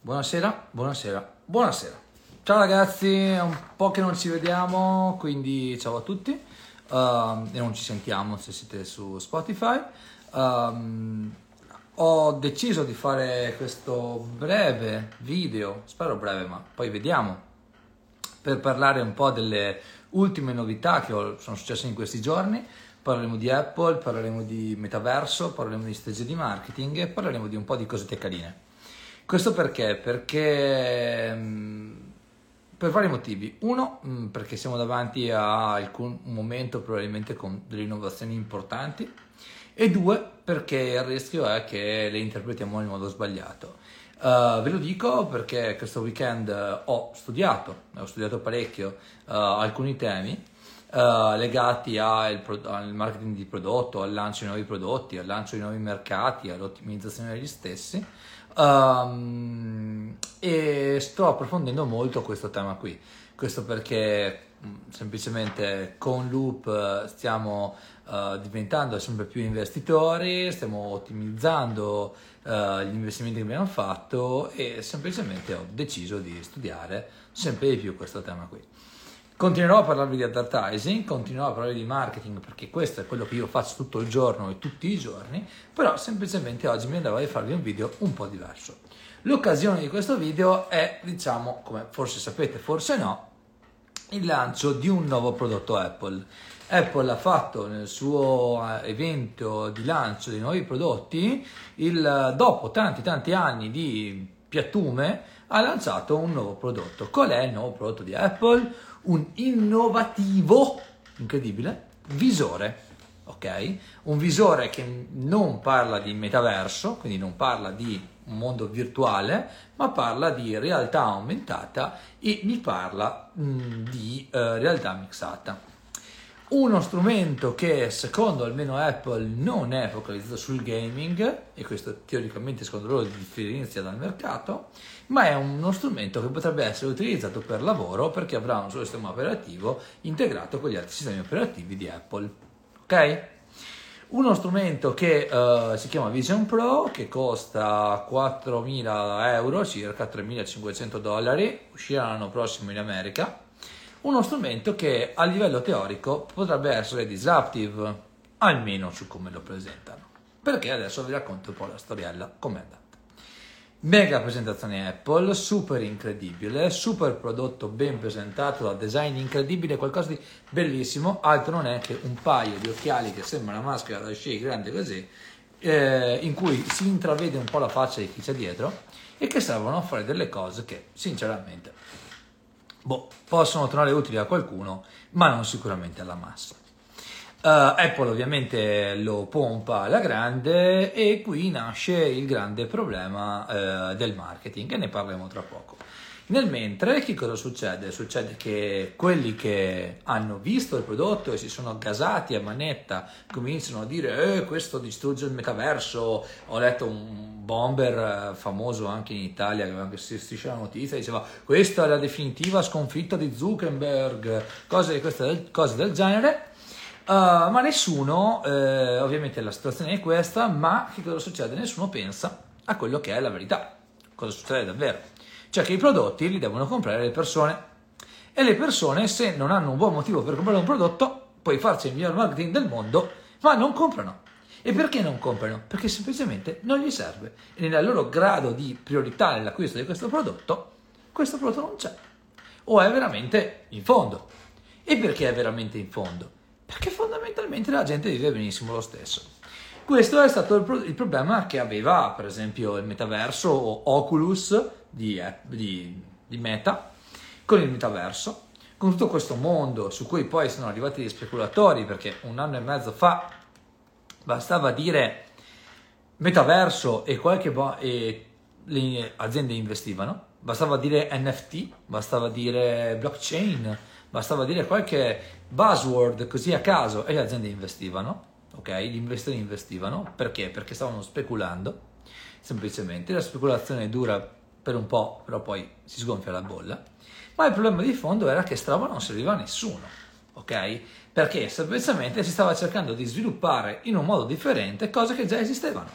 Buonasera, buonasera, buonasera. Ciao ragazzi, è un po' che non ci vediamo, quindi ciao a tutti. E non ci sentiamo se siete su Spotify. Ho deciso di fare questo breve video, spero breve, ma poi vediamo, per parlare un po' delle ultime novità che sono successe in questi giorni. Parleremo di Apple, parleremo di metaverso, parleremo di strategie di marketing e parleremo di un po' di cosette carine. Questo perché? Perché per vari motivi. Uno, perché siamo davanti a un momento probabilmente con delle innovazioni importanti, e due, perché il rischio è che le interpretiamo in modo sbagliato. Ve lo dico perché questo weekend ho studiato parecchio alcuni temi legati al marketing di prodotto, al lancio di nuovi prodotti, al lancio di nuovi mercati, all'ottimizzazione degli stessi. E sto approfondendo molto questo tema qui. Questo perché semplicemente con Loop stiamo diventando sempre più investitori, stiamo ottimizzando gli investimenti che abbiamo fatto e semplicemente ho deciso di studiare sempre di più questo tema qui. Continuerò a parlarvi di advertising, continuerò a parlarvi di marketing perché questo è quello che io faccio tutto il giorno e tutti i giorni, però semplicemente oggi mi andava di farvi un video un po' diverso. L'occasione di questo video è, diciamo, come forse sapete, forse no, il lancio di un nuovo prodotto Apple. Apple ha fatto nel suo evento di lancio dei nuovi prodotti, dopo tanti anni di piattume, ha lanciato un nuovo prodotto. Qual è il nuovo prodotto di Apple? Un innovativo, incredibile, visore, ok? Un visore che non parla di metaverso, quindi non parla di un mondo virtuale, ma parla di realtà aumentata e mi parla di realtà mixata. Uno strumento che secondo almeno Apple non è focalizzato sul gaming, e questo teoricamente secondo loro differenzia dal mercato, ma è uno strumento che potrebbe essere utilizzato per lavoro perché avrà un suo sistema operativo integrato con gli altri sistemi operativi di Apple. Ok? Uno strumento che si chiama Vision Pro, che costa 4.000 euro, circa $3.500, uscirà l'anno prossimo in America. Uno strumento che a livello teorico potrebbe essere disruptive, almeno su come lo presentano, perché adesso vi racconto un po' la storiella com'è andata. Mega presentazione Apple, super incredibile, super prodotto ben presentato, da design incredibile, qualcosa di bellissimo, altro non è che un paio di occhiali che sembra una maschera da sci grande così, in cui si intravede un po' la faccia di chi c'è dietro e che servono a fare delle cose che sinceramente possono tornare utili a qualcuno, ma non sicuramente alla massa. Apple ovviamente lo pompa alla grande e qui nasce il grande problema del marketing e ne parleremo tra poco. Nel mentre, che cosa succede? Succede che quelli che hanno visto il prodotto e si sono gasati a manetta cominciano a dire questo distrugge il metaverso. Ho letto un bomber famoso anche in Italia che aveva anche striscia la notizia, diceva questa è la definitiva sconfitta di Zuckerberg, cose del genere. Ma nessuno, ovviamente la situazione è questa, ma che cosa succede? Nessuno pensa a quello che è la verità, cosa succede davvero. Cioè che i prodotti li devono comprare le persone e le persone, se non hanno un buon motivo per comprare un prodotto, puoi farci il miglior marketing del mondo, ma non comprano. E perché non comprano? Perché semplicemente non gli serve e nel loro grado di priorità nell'acquisto di questo prodotto non c'è o è veramente in fondo. E perché è veramente in fondo? Perché fondamentalmente la gente vive benissimo lo stesso. Questo è stato il problema che aveva per esempio il metaverso o Oculus di Meta con il metaverso, con tutto questo mondo su cui poi sono arrivati gli speculatori, perché un anno e mezzo fa bastava dire metaverso e le aziende investivano, bastava dire NFT, bastava dire blockchain, bastava dire qualche buzzword così a caso e le aziende investivano, ok? Gli investitori investivano, perché? Perché stavano speculando, semplicemente. La speculazione dura per un po', però poi si sgonfia la bolla. Ma il problema di fondo era che sta roba non serviva a nessuno, ok? Perché semplicemente si stava cercando di sviluppare in un modo differente cose che già esistevano.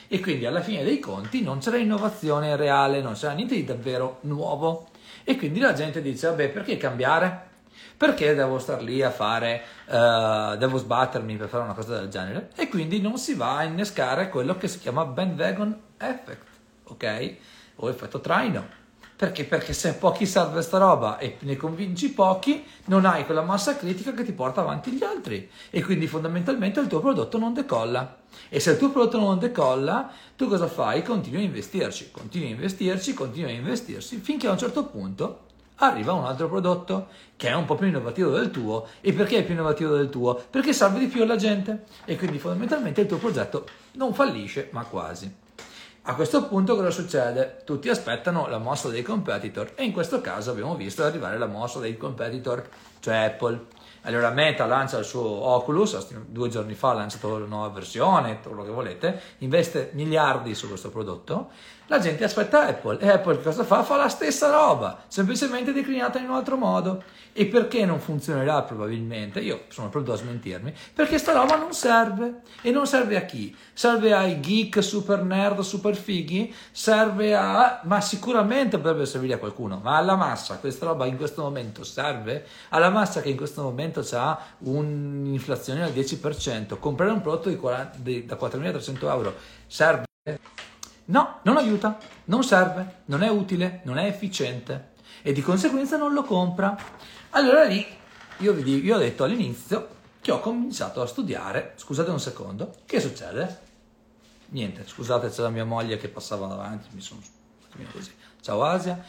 E quindi alla fine dei conti non c'era innovazione reale, non c'era niente di davvero nuovo. E quindi la gente dice, vabbè, perché cambiare? Perché devo star lì a fare, devo sbattermi per fare una cosa del genere? E quindi non si va a innescare quello che si chiama bandwagon effect, ok? O effetto traino. Perché? Perché se pochi serve sta roba e ne convinci pochi, non hai quella massa critica che ti porta avanti gli altri. E quindi fondamentalmente il tuo prodotto non decolla. E se il tuo prodotto non decolla, tu cosa fai? Continui a investirci, continui a investirci, continui a investirci, finché a un certo punto arriva un altro prodotto che è un po' più innovativo del tuo. E perché è più innovativo del tuo? Perché serve di più alla gente. E quindi fondamentalmente il tuo progetto non fallisce, ma quasi. A questo punto cosa succede? Tutti aspettano la mossa dei competitor e in questo caso abbiamo visto arrivare la mossa dei competitor, cioè Apple. Allora Meta lancia il suo Oculus, 2 giorni fa ha lanciato la nuova versione, tutto quello che volete, investe miliardi su questo prodotto, la gente aspetta Apple e Apple cosa fa? Fa la stessa roba, semplicemente declinata in un altro modo. E perché non funzionerà probabilmente? Io sono pronto a smentirmi, perché sta roba non serve. E non serve a chi? Serve ai geek super nerd, super fighi? Serve a... ma sicuramente potrebbe servire a qualcuno, ma alla massa questa roba in questo momento serve? Alla massa che in questo momento ha un'inflazione al 10%, comprare un prodotto da 4.300 euro serve? No, non aiuta, non serve, non è utile, non è efficiente e di conseguenza non lo compra. Allora lì io ho detto all'inizio che ho cominciato a studiare, scusate un secondo, che succede? Niente, scusate, c'è la mia moglie che passava davanti, mi sono così, ciao Asia.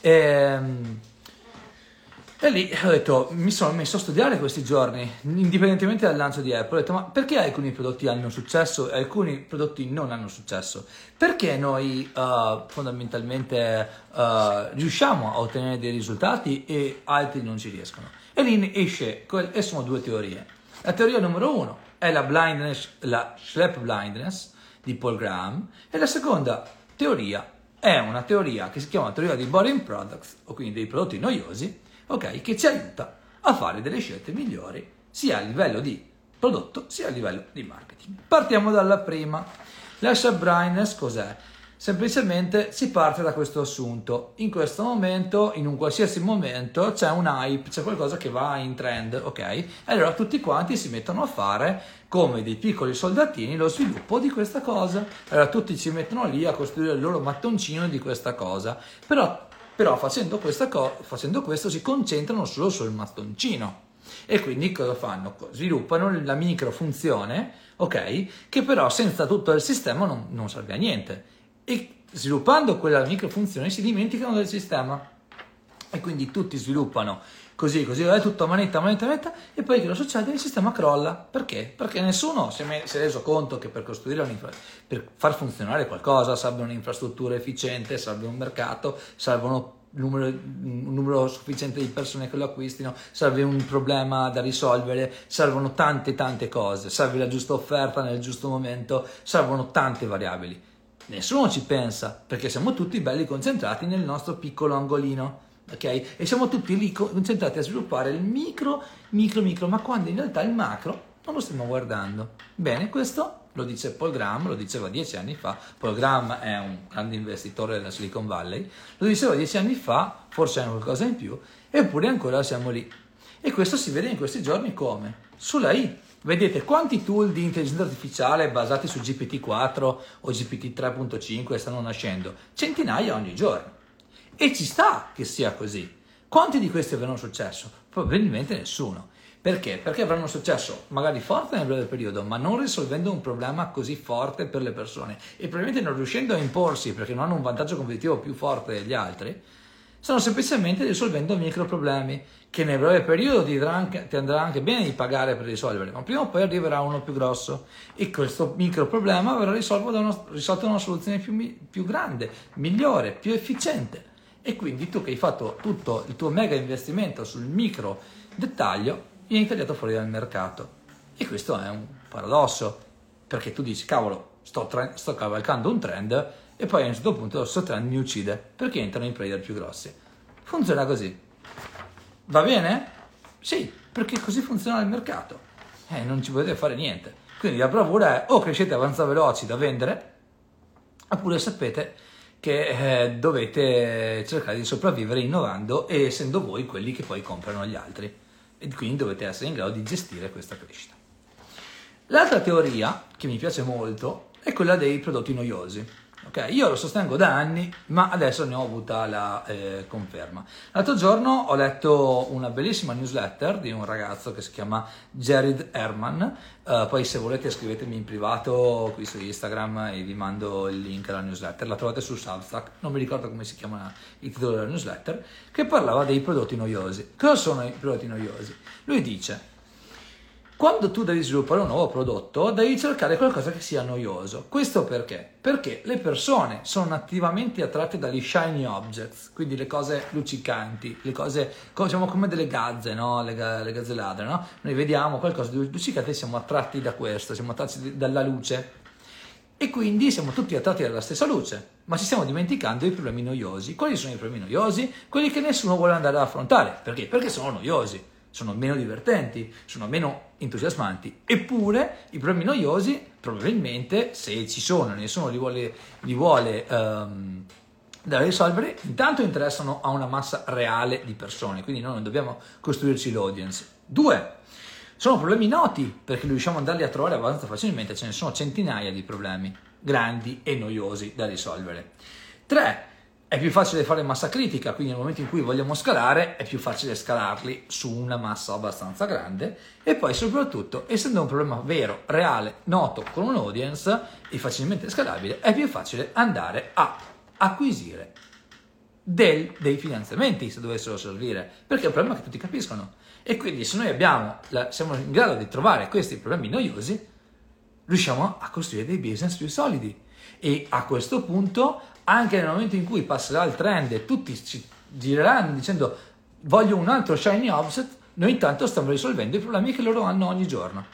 E lì ho detto, mi sono messo a studiare questi giorni, indipendentemente dal lancio di Apple, ho detto, ma perché alcuni prodotti hanno successo e alcuni prodotti non hanno successo? Perché noi fondamentalmente riusciamo a ottenere dei risultati e altri non ci riescono? E lì esce, e sono 2 teorie. La teoria numero 1 è la blindness, la sleep blindness di Paul Graham, e la seconda teoria è una teoria che si chiama teoria di boring products, o quindi dei prodotti noiosi, ok, che ci aiuta a fare delle scelte migliori sia a livello di prodotto sia a livello di marketing. Partiamo dalla prima. La sleep blindness cos'è? Semplicemente si parte da questo assunto. In questo momento, in un qualsiasi momento, c'è un hype, c'è qualcosa che va in trend, ok? E allora tutti quanti si mettono a fare, come dei piccoli soldatini, lo sviluppo di questa cosa. Allora tutti ci mettono lì a costruire il loro mattoncino di questa cosa. Però facendo questo si concentrano solo sul mattoncino. E quindi cosa fanno? Sviluppano la micro funzione, ok? Che però senza tutto il sistema non serve a niente. E sviluppando quella micro funzione si dimenticano del sistema. E quindi tutti sviluppano così, è tutto manetta, e poi che cosa succede? Il sistema crolla. Perché? Perché nessuno si è reso conto che per per far funzionare qualcosa serve un'infrastruttura efficiente, serve un mercato, servono un numero sufficiente di persone che lo acquistino, serve un problema da risolvere, servono tante cose, serve la giusta offerta nel giusto momento, servono tante variabili. Nessuno ci pensa, perché siamo tutti belli concentrati nel nostro piccolo angolino, ok? E siamo tutti lì concentrati a sviluppare il micro, ma quando in realtà il macro non lo stiamo guardando. Bene, questo lo dice Paul Graham, lo diceva 10 anni fa. Paul Graham è un grande investitore della Silicon Valley, lo diceva 10 anni fa, forse è qualcosa in più, eppure ancora siamo lì. E questo si vede in questi giorni come? Sulla I. Vedete quanti tool di intelligenza artificiale basati su GPT-4 o GPT 3.5 stanno nascendo? Centinaia ogni giorno. E ci sta che sia così. Quanti di questi avranno successo? Probabilmente nessuno. Perché? Perché avranno successo magari forte nel breve periodo, ma non risolvendo un problema così forte per le persone e probabilmente non riuscendo a imporsi perché non hanno un vantaggio competitivo più forte degli altri, stanno semplicemente risolvendo micro problemi che nel breve periodo ti andrà anche bene di pagare per risolvere, ma prima o poi arriverà uno più grosso e questo micro problema verrà risolto da una soluzione più grande, migliore, più efficiente. E quindi tu che hai fatto tutto il tuo mega investimento sul micro dettaglio vieni tagliato fuori dal mercato. E questo è un paradosso, perché tu dici, cavolo, sto cavalcando un trend e poi a un certo punto questo trend mi uccide, perché entrano i player più grossi. Funziona così. Va bene? Sì, perché così funziona il mercato. Non ci potete fare niente. Quindi la bravura è o crescete avanza veloci da vendere, oppure sapete che dovete cercare di sopravvivere innovando e essendo voi quelli che poi comprano gli altri, e quindi dovete essere in grado di gestire questa crescita. L'altra teoria che mi piace molto è quella dei prodotti noiosi. Okay? Io lo sostengo da anni, ma adesso ne ho avuta la conferma. L'altro giorno ho letto una bellissima newsletter di un ragazzo che si chiama Jared Herman, poi se volete scrivetemi in privato qui su Instagram e vi mando il link alla newsletter, la trovate su Substack, non mi ricordo come si chiama il titolo della newsletter, che parlava dei prodotti noiosi. Cosa sono i prodotti noiosi? Lui dice: quando tu devi sviluppare un nuovo prodotto, devi cercare qualcosa che sia noioso. Questo perché? Perché le persone sono attivamente attratte dagli shiny objects, quindi le cose luccicanti, le cose, diciamo, come delle gazze, no? Le gazze ladre, no? Noi vediamo qualcosa di luccicante e siamo attratti da questo, siamo attratti dalla luce. E quindi siamo tutti attratti dalla stessa luce, ma ci stiamo dimenticando i problemi noiosi. Quali sono i problemi noiosi? Quelli che nessuno vuole andare ad affrontare. Perché? Perché sono noiosi. Sono meno divertenti, sono meno entusiasmanti, eppure i problemi noiosi probabilmente, se ci sono e nessuno li vuole da risolvere, intanto interessano a una massa reale di persone, quindi noi non dobbiamo costruirci l'audience. 2, sono problemi noti, perché riusciamo ad andarli a trovare abbastanza facilmente, ce ne sono centinaia di problemi grandi e noiosi da risolvere. 3, è più facile fare massa critica, quindi nel momento in cui vogliamo scalare è più facile scalarli su una massa abbastanza grande, e poi soprattutto, essendo un problema vero, reale, noto, con un audience e facilmente scalabile, è più facile andare a acquisire dei finanziamenti se dovessero servire, perché è un problema che tutti capiscono. E quindi se noi siamo in grado di trovare questi problemi noiosi, riusciamo a costruire dei business più solidi. E a questo punto, anche nel momento in cui passerà il trend e tutti ci gireranno dicendo voglio un altro shiny object, noi intanto stiamo risolvendo i problemi che loro hanno ogni giorno.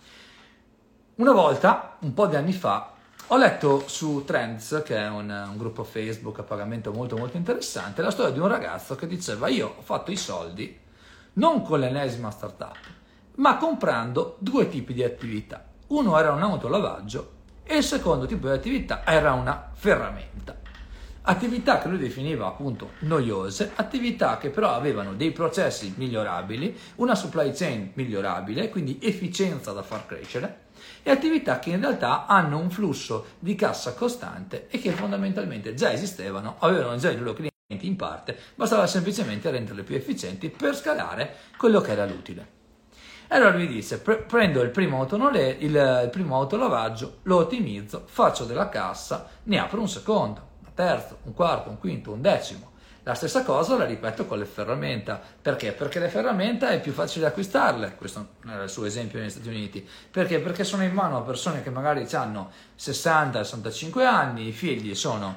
Una volta, un po' di anni fa, ho letto su Trends, che è un gruppo Facebook a pagamento molto molto interessante, la storia di un ragazzo che diceva: io ho fatto i soldi non con l'ennesima startup, ma comprando 2 tipi di attività. Uno era un autolavaggio e il secondo tipo di attività era una ferramenta. Attività che lui definiva appunto noiose, attività che però avevano dei processi migliorabili, una supply chain migliorabile, quindi efficienza da far crescere, e attività che in realtà hanno un flusso di cassa costante e che fondamentalmente già esistevano, avevano già i loro clienti in parte, bastava semplicemente renderle più efficienti per scalare quello che era l'utile. Allora lui disse: prendo il primo autolavaggio, lo ottimizzo, faccio della cassa, ne apro un secondo, un terzo, un quarto, un quinto, un decimo. La stessa cosa la ripeto con le ferramenta. Perché? Perché le ferramenta è più facile acquistarle. Questo era il suo esempio negli Stati Uniti. Perché? Perché sono in mano a persone che magari hanno 60-65 anni, i figli sono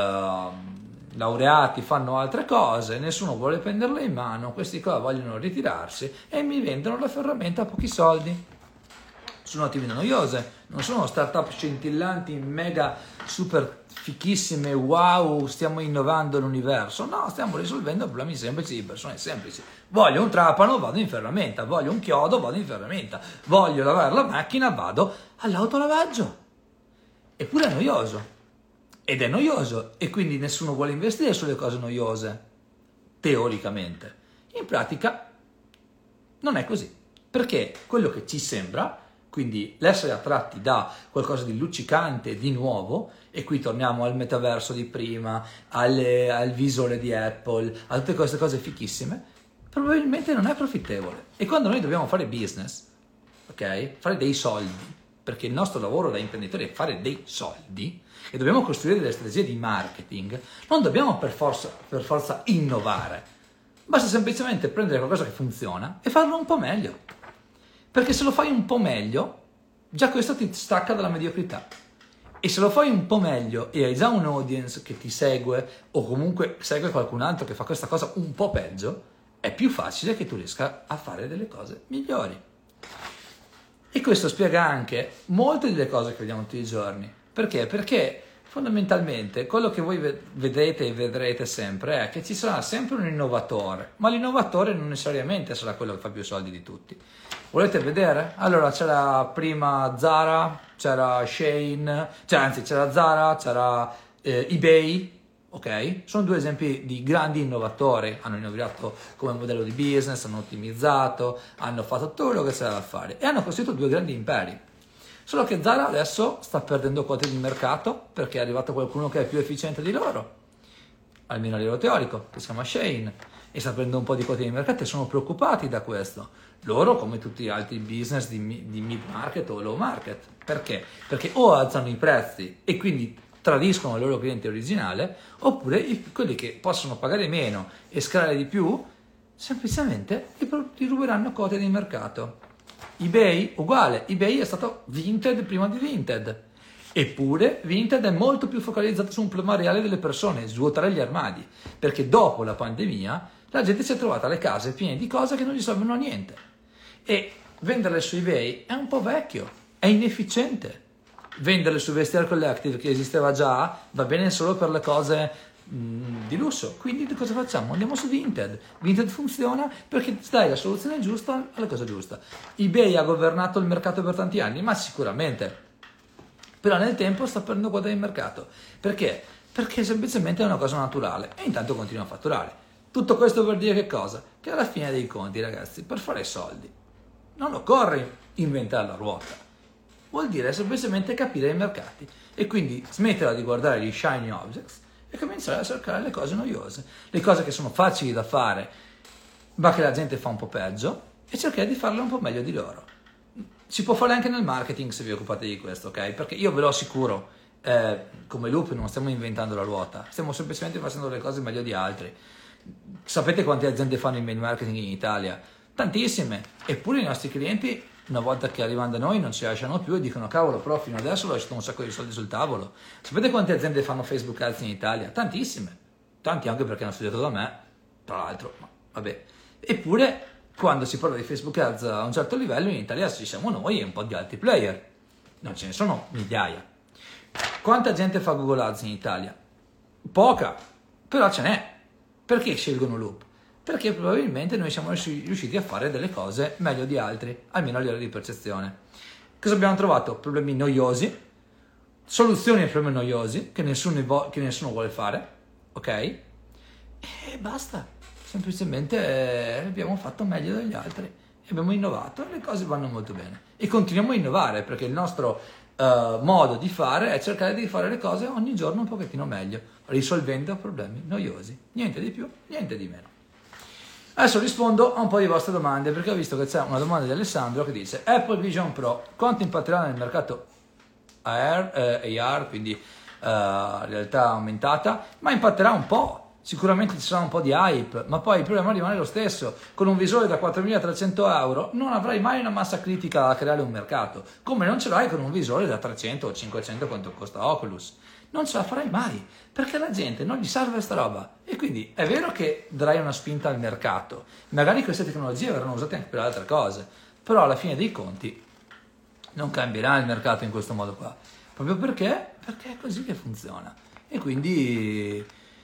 laureati, fanno altre cose, nessuno vuole prenderle in mano, questi qua vogliono ritirarsi e mi vendono la ferramenta a pochi soldi. Sono attività noiose, non sono startup scintillanti, mega super fichissime, wow, stiamo innovando l'universo. No, stiamo risolvendo problemi semplici di persone semplici. Voglio un trapano, vado in ferramenta. Voglio un chiodo, vado in ferramenta. Voglio lavare la macchina, vado all'autolavaggio. Eppure è noioso. Ed è noioso, e quindi nessuno vuole investire sulle cose noiose, teoricamente. In pratica non è così, perché quello che ci sembra, quindi l'essere attratti da qualcosa di luccicante, di nuovo, e qui torniamo al metaverso di prima, al visore di Apple, a tutte queste cose fichissime, probabilmente non è profittevole. E quando noi dobbiamo fare business, ok? Fare dei soldi, perché il nostro lavoro da imprenditori è fare dei soldi, e dobbiamo costruire delle strategie di marketing, non dobbiamo per forza innovare, basta semplicemente prendere qualcosa che funziona e farlo un po' meglio, perché se lo fai un po' meglio, già questo ti stacca dalla mediocrità, e se lo fai un po' meglio e hai già un audience che ti segue, o comunque segue qualcun altro che fa questa cosa un po' peggio, è più facile che tu riesca a fare delle cose migliori. E questo spiega anche molte delle cose che vediamo tutti i giorni. Perché? Perché Fondamentalmente, quello che voi vedete e vedrete sempre è che ci sarà sempre un innovatore, ma l'innovatore non necessariamente sarà quello che fa più soldi di tutti. Volete vedere? Allora c'era prima Zara, c'era Shein, c'era Zara, c'era eBay, ok? Sono due esempi di grandi innovatori, hanno innovato come modello di business, hanno ottimizzato, hanno fatto tutto quello che c'era da fare e hanno costruito due grandi imperi. Solo che Zara adesso sta perdendo quote di mercato perché è arrivato qualcuno che è più efficiente di loro, almeno a livello teorico, che si chiama Shein, e sta prendendo un po' di quote di mercato e sono preoccupati da questo. Loro, come tutti gli altri business di mid market o low market. Perché? Perché o alzano i prezzi e quindi tradiscono il loro cliente originale, oppure quelli che possono pagare meno e scalare di più, semplicemente ti ruberanno quote di mercato. eBay, uguale, eBay è stato Vinted prima di Vinted, eppure Vinted è molto più focalizzato su un problema reale delle persone, svuotare gli armadi, perché dopo la pandemia la gente si è trovata le case piene di cose che non gli servono a niente e venderle su eBay è un po' vecchio, è inefficiente. Venderle su Vestiaire Collective, che esisteva già, va bene solo per le cose di lusso. Quindi cosa facciamo? Andiamo su Vinted. Vinted funziona perché dai la soluzione giusta alla cosa giusta. eBay ha governato il mercato per tanti anni, ma sicuramente. Però nel tempo sta perdendo quota di mercato. Perché? Perché semplicemente è una cosa naturale e intanto continua a fatturare. Tutto questo per dire che cosa? Che alla fine dei conti, ragazzi, per fare soldi non occorre inventare la ruota. Vuol dire semplicemente capire i mercati e quindi smetterla di guardare gli shiny objects e cominciare a cercare le cose noiose, le cose che sono facili da fare ma che la gente fa un po' peggio e cercare di farle un po' meglio di loro. Si può fare anche nel marketing se vi occupate di questo, ok? Perché io ve lo assicuro, come Loop non stiamo inventando la ruota, stiamo semplicemente facendo le cose meglio di altri. Sapete quante aziende fanno email marketing in Italia? Tantissime, eppure i nostri clienti una volta che arrivano da noi non ci lasciano più e dicono cavolo, però fino adesso ho lasciato un sacco di soldi sul tavolo. Sapete quante aziende fanno Facebook Ads in Italia? Tantissime, tanti anche perché hanno studiato da me, tra l'altro, ma vabbè. Eppure quando si parla di Facebook Ads a un certo livello in Italia ci siamo noi e un po' di altri player, non ce ne sono migliaia. Quanta gente fa Google Ads in Italia? Poca, però ce n'è. Perché scelgono Loop? Perché probabilmente noi siamo riusciti a fare delle cose meglio di altri, almeno a livello di percezione. Cosa abbiamo trovato? Problemi noiosi, soluzioni ai problemi noiosi che nessuno vuole fare, ok? E basta, semplicemente abbiamo fatto meglio degli altri, abbiamo innovato e le cose vanno molto bene. E continuiamo a innovare perché il nostro modo di fare è cercare di fare le cose ogni giorno un pochettino meglio, risolvendo problemi noiosi, niente di più, niente di meno. Adesso rispondo a un po' di vostre domande perché ho visto che c'è una domanda di Alessandro che dice Apple Vision Pro quanto impatterà nel mercato AR, quindi realtà aumentata, ma impatterà un po'. Sicuramente ci sarà un po' di hype, ma poi il problema rimane lo stesso. Con un visore da 4.300 euro non avrai mai una massa critica da creare un mercato, come non ce l'hai con un visore da 300 o 500 quanto costa Oculus. Non ce la farai mai, perché alla gente non gli serve sta roba. E quindi è vero che darai una spinta al mercato, magari queste tecnologie verranno usate anche per altre cose, però alla fine dei conti non cambierà il mercato in questo modo qua, proprio perché è così che funziona. E quindi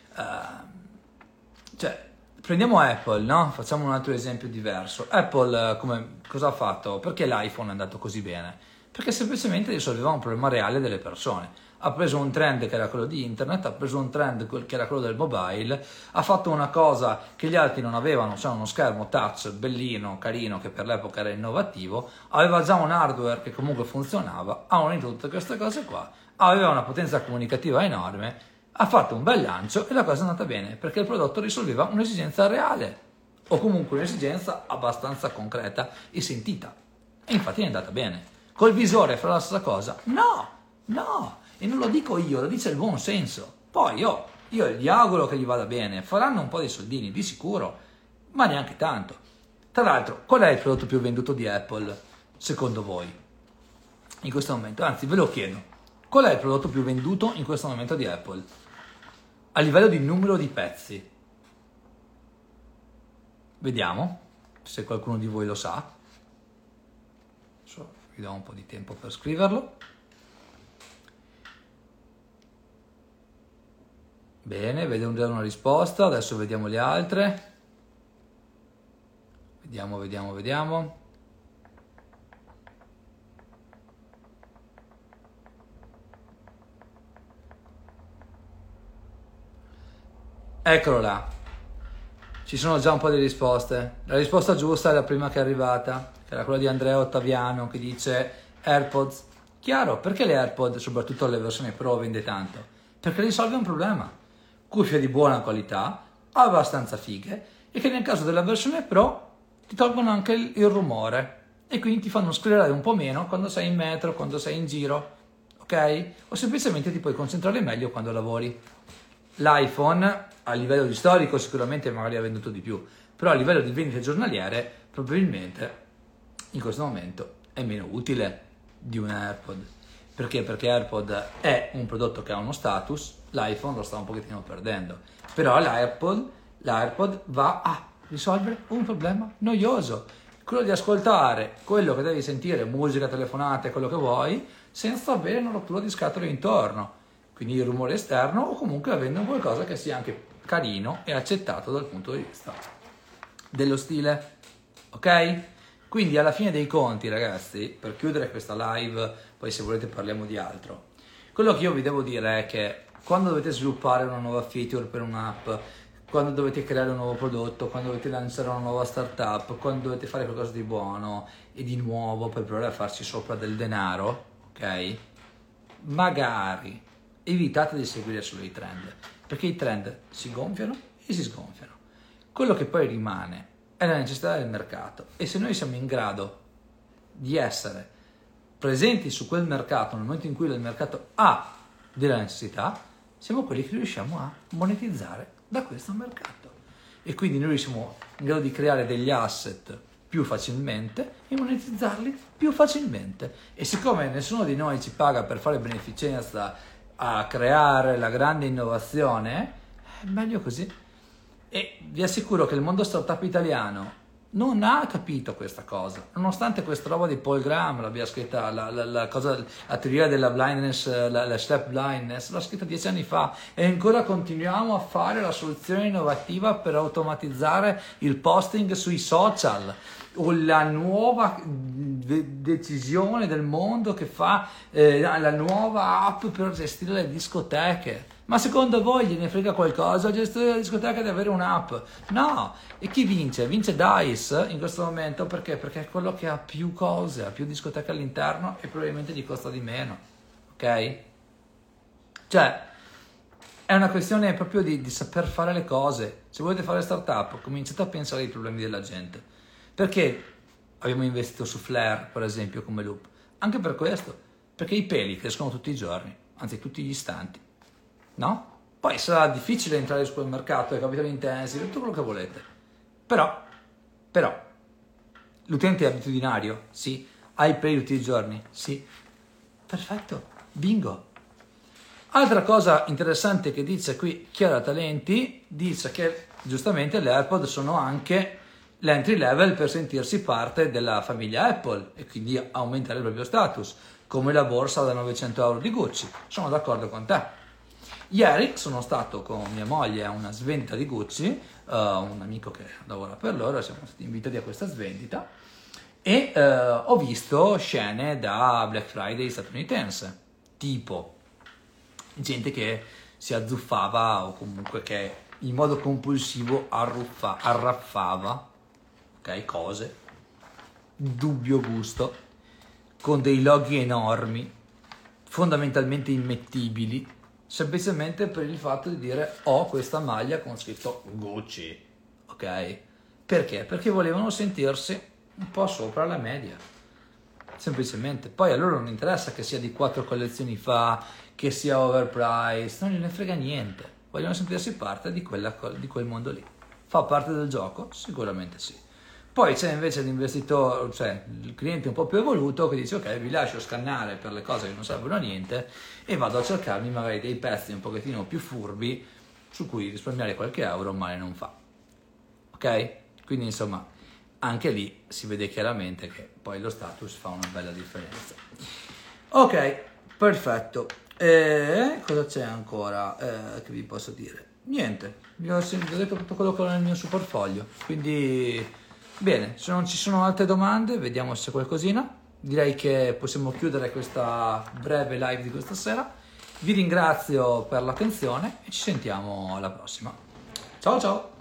prendiamo Apple, no? Facciamo un altro esempio diverso. Apple cosa ha fatto? Perché l'iPhone è andato così bene? Perché semplicemente risolveva un problema reale delle persone. Ha preso un trend che era quello di internet, ha preso un trend che era quello del mobile, ha fatto una cosa che gli altri non avevano, cioè uno schermo touch bellino, carino, che per l'epoca era innovativo, aveva già un hardware che comunque funzionava, ha unito tutte queste cose qua, aveva una potenza comunicativa enorme, ha fatto un bel lancio e la cosa è andata bene, perché il prodotto risolveva un'esigenza reale, o comunque un'esigenza abbastanza concreta e sentita. E infatti è andata bene. Col visore farà la stessa cosa? No! E non lo dico io, lo dice il buon senso. Poi io gli auguro che gli vada bene, faranno un po' di soldini, di sicuro, ma neanche tanto. Tra l'altro, qual è il prodotto più venduto di Apple, secondo voi, in questo momento? Anzi, ve lo chiedo. Qual è il prodotto più venduto in questo momento di Apple? A livello di numero di pezzi. Vediamo se qualcuno di voi lo sa. Vi do un po' di tempo per scriverlo. Bene, vedo una risposta, adesso vediamo le altre. Vediamo. Eccolo là, ci sono già un po' di risposte. La risposta giusta è la prima che è arrivata, che era quella di Andrea Ottaviano, che dice AirPods. Chiaro, perché le AirPods, soprattutto le versioni Pro, vende tanto? Perché risolve un problema. Cuffie di buona qualità, abbastanza fighe, e che nel caso della versione Pro ti tolgono anche il rumore e quindi ti fanno squillare un po' meno quando sei in metro, quando sei in giro, ok? O semplicemente ti puoi concentrare meglio quando lavori. L'iPhone a livello di storico sicuramente magari ha venduto di più, però a livello di vendite giornaliere probabilmente in questo momento è meno utile di un AirPod. Perché? Perché AirPod è un prodotto che ha uno status, l'iPhone lo sta un pochettino perdendo, però l'AirPod va a risolvere un problema noioso, quello di ascoltare quello che devi sentire, musica, telefonate, quello che vuoi, senza avere una rottura di scatole intorno, quindi il rumore esterno, o comunque avendo qualcosa che sia anche carino e accettato dal punto di vista dello stile, ok? Quindi alla fine dei conti, ragazzi, per chiudere questa live, poi se volete parliamo di altro, quello che io vi devo dire è che quando dovete sviluppare una nuova feature per un'app, quando dovete creare un nuovo prodotto, quando dovete lanciare una nuova startup, quando dovete fare qualcosa di buono e di nuovo per provare a farci sopra del denaro, ok? Magari evitate di seguire solo i trend, perché i trend si gonfiano e si sgonfiano. Quello che poi rimane è la necessità del mercato, e se noi siamo in grado di essere presenti su quel mercato nel momento in cui il mercato ha della necessità, siamo quelli che riusciamo a monetizzare da questo mercato, e quindi noi siamo in grado di creare degli asset più facilmente e monetizzarli più facilmente. E siccome nessuno di noi ci paga per fare beneficenza a creare la grande innovazione, è meglio così. E vi assicuro che il mondo startup italiano non ha capito questa cosa, nonostante questa roba di Paul Graham l'abbia scritta, la teoria della blindness, la step blindness, l'ha scritta 10 anni fa, e ancora continuiamo a fare la soluzione innovativa per automatizzare il posting sui social, o la nuova decisione del mondo che fa la nuova app per gestire le discoteche. Ma secondo voi gliene frega qualcosa al gestore della discoteca di avere un'app? No! E chi vince? Vince Dice in questo momento perché? Perché è quello che ha più cose, ha più discoteche all'interno e probabilmente gli costa di meno. Ok? Cioè, è una questione proprio di saper fare le cose. Se volete fare startup, cominciate a pensare ai problemi della gente. Perché abbiamo investito su Flare, per esempio, come Loop? Anche per questo. Perché i peli crescono tutti i giorni, anzi tutti gli istanti. No? Poi sarà difficile entrare sul mercato, capital intensive, tutto quello che volete. Però, l'utente è abitudinario? Sì. Ha i peli tutti i giorni? Sì. Perfetto. Bingo. Altra cosa interessante che dice qui Chiara Talenti, dice che giustamente le AirPod sono anche l'entry level per sentirsi parte della famiglia Apple e quindi aumentare il proprio status, come la borsa da 900 euro di Gucci. Sono d'accordo con te. Ieri sono stato con mia moglie a una svendita di Gucci, un amico che lavora per loro, siamo stati invitati a questa svendita e ho visto scene da Black Friday statunitense, tipo gente che si azzuffava o comunque che in modo compulsivo arraffava, ok, cose, dubbio gusto, con dei loghi enormi, fondamentalmente immettibili, semplicemente per il fatto di dire ho questa maglia con scritto Gucci, ok? Perché? Perché volevano sentirsi un po' sopra la media, semplicemente. Poi a loro non interessa che sia di 4 collezioni fa, che sia overpriced, non gliene frega niente, vogliono sentirsi parte di quel mondo lì. Fa parte del gioco? Sicuramente sì. Poi c'è invece l'investitore, cioè il cliente un po' più evoluto che dice ok, vi lascio scannare per le cose che non servono a niente e vado a cercarmi magari dei pezzi un pochettino più furbi su cui risparmiare qualche euro male non fa. Ok? Quindi insomma anche lì si vede chiaramente che poi lo status fa una bella differenza. Ok, perfetto. E cosa c'è ancora che vi posso dire? Niente, vi ho detto tutto quello che ho nel mio portfolio, quindi bene, se non ci sono altre domande, vediamo se c'è qualcosina. Direi che possiamo chiudere questa breve live di questa sera. Vi ringrazio per l'attenzione e ci sentiamo alla prossima. Ciao ciao!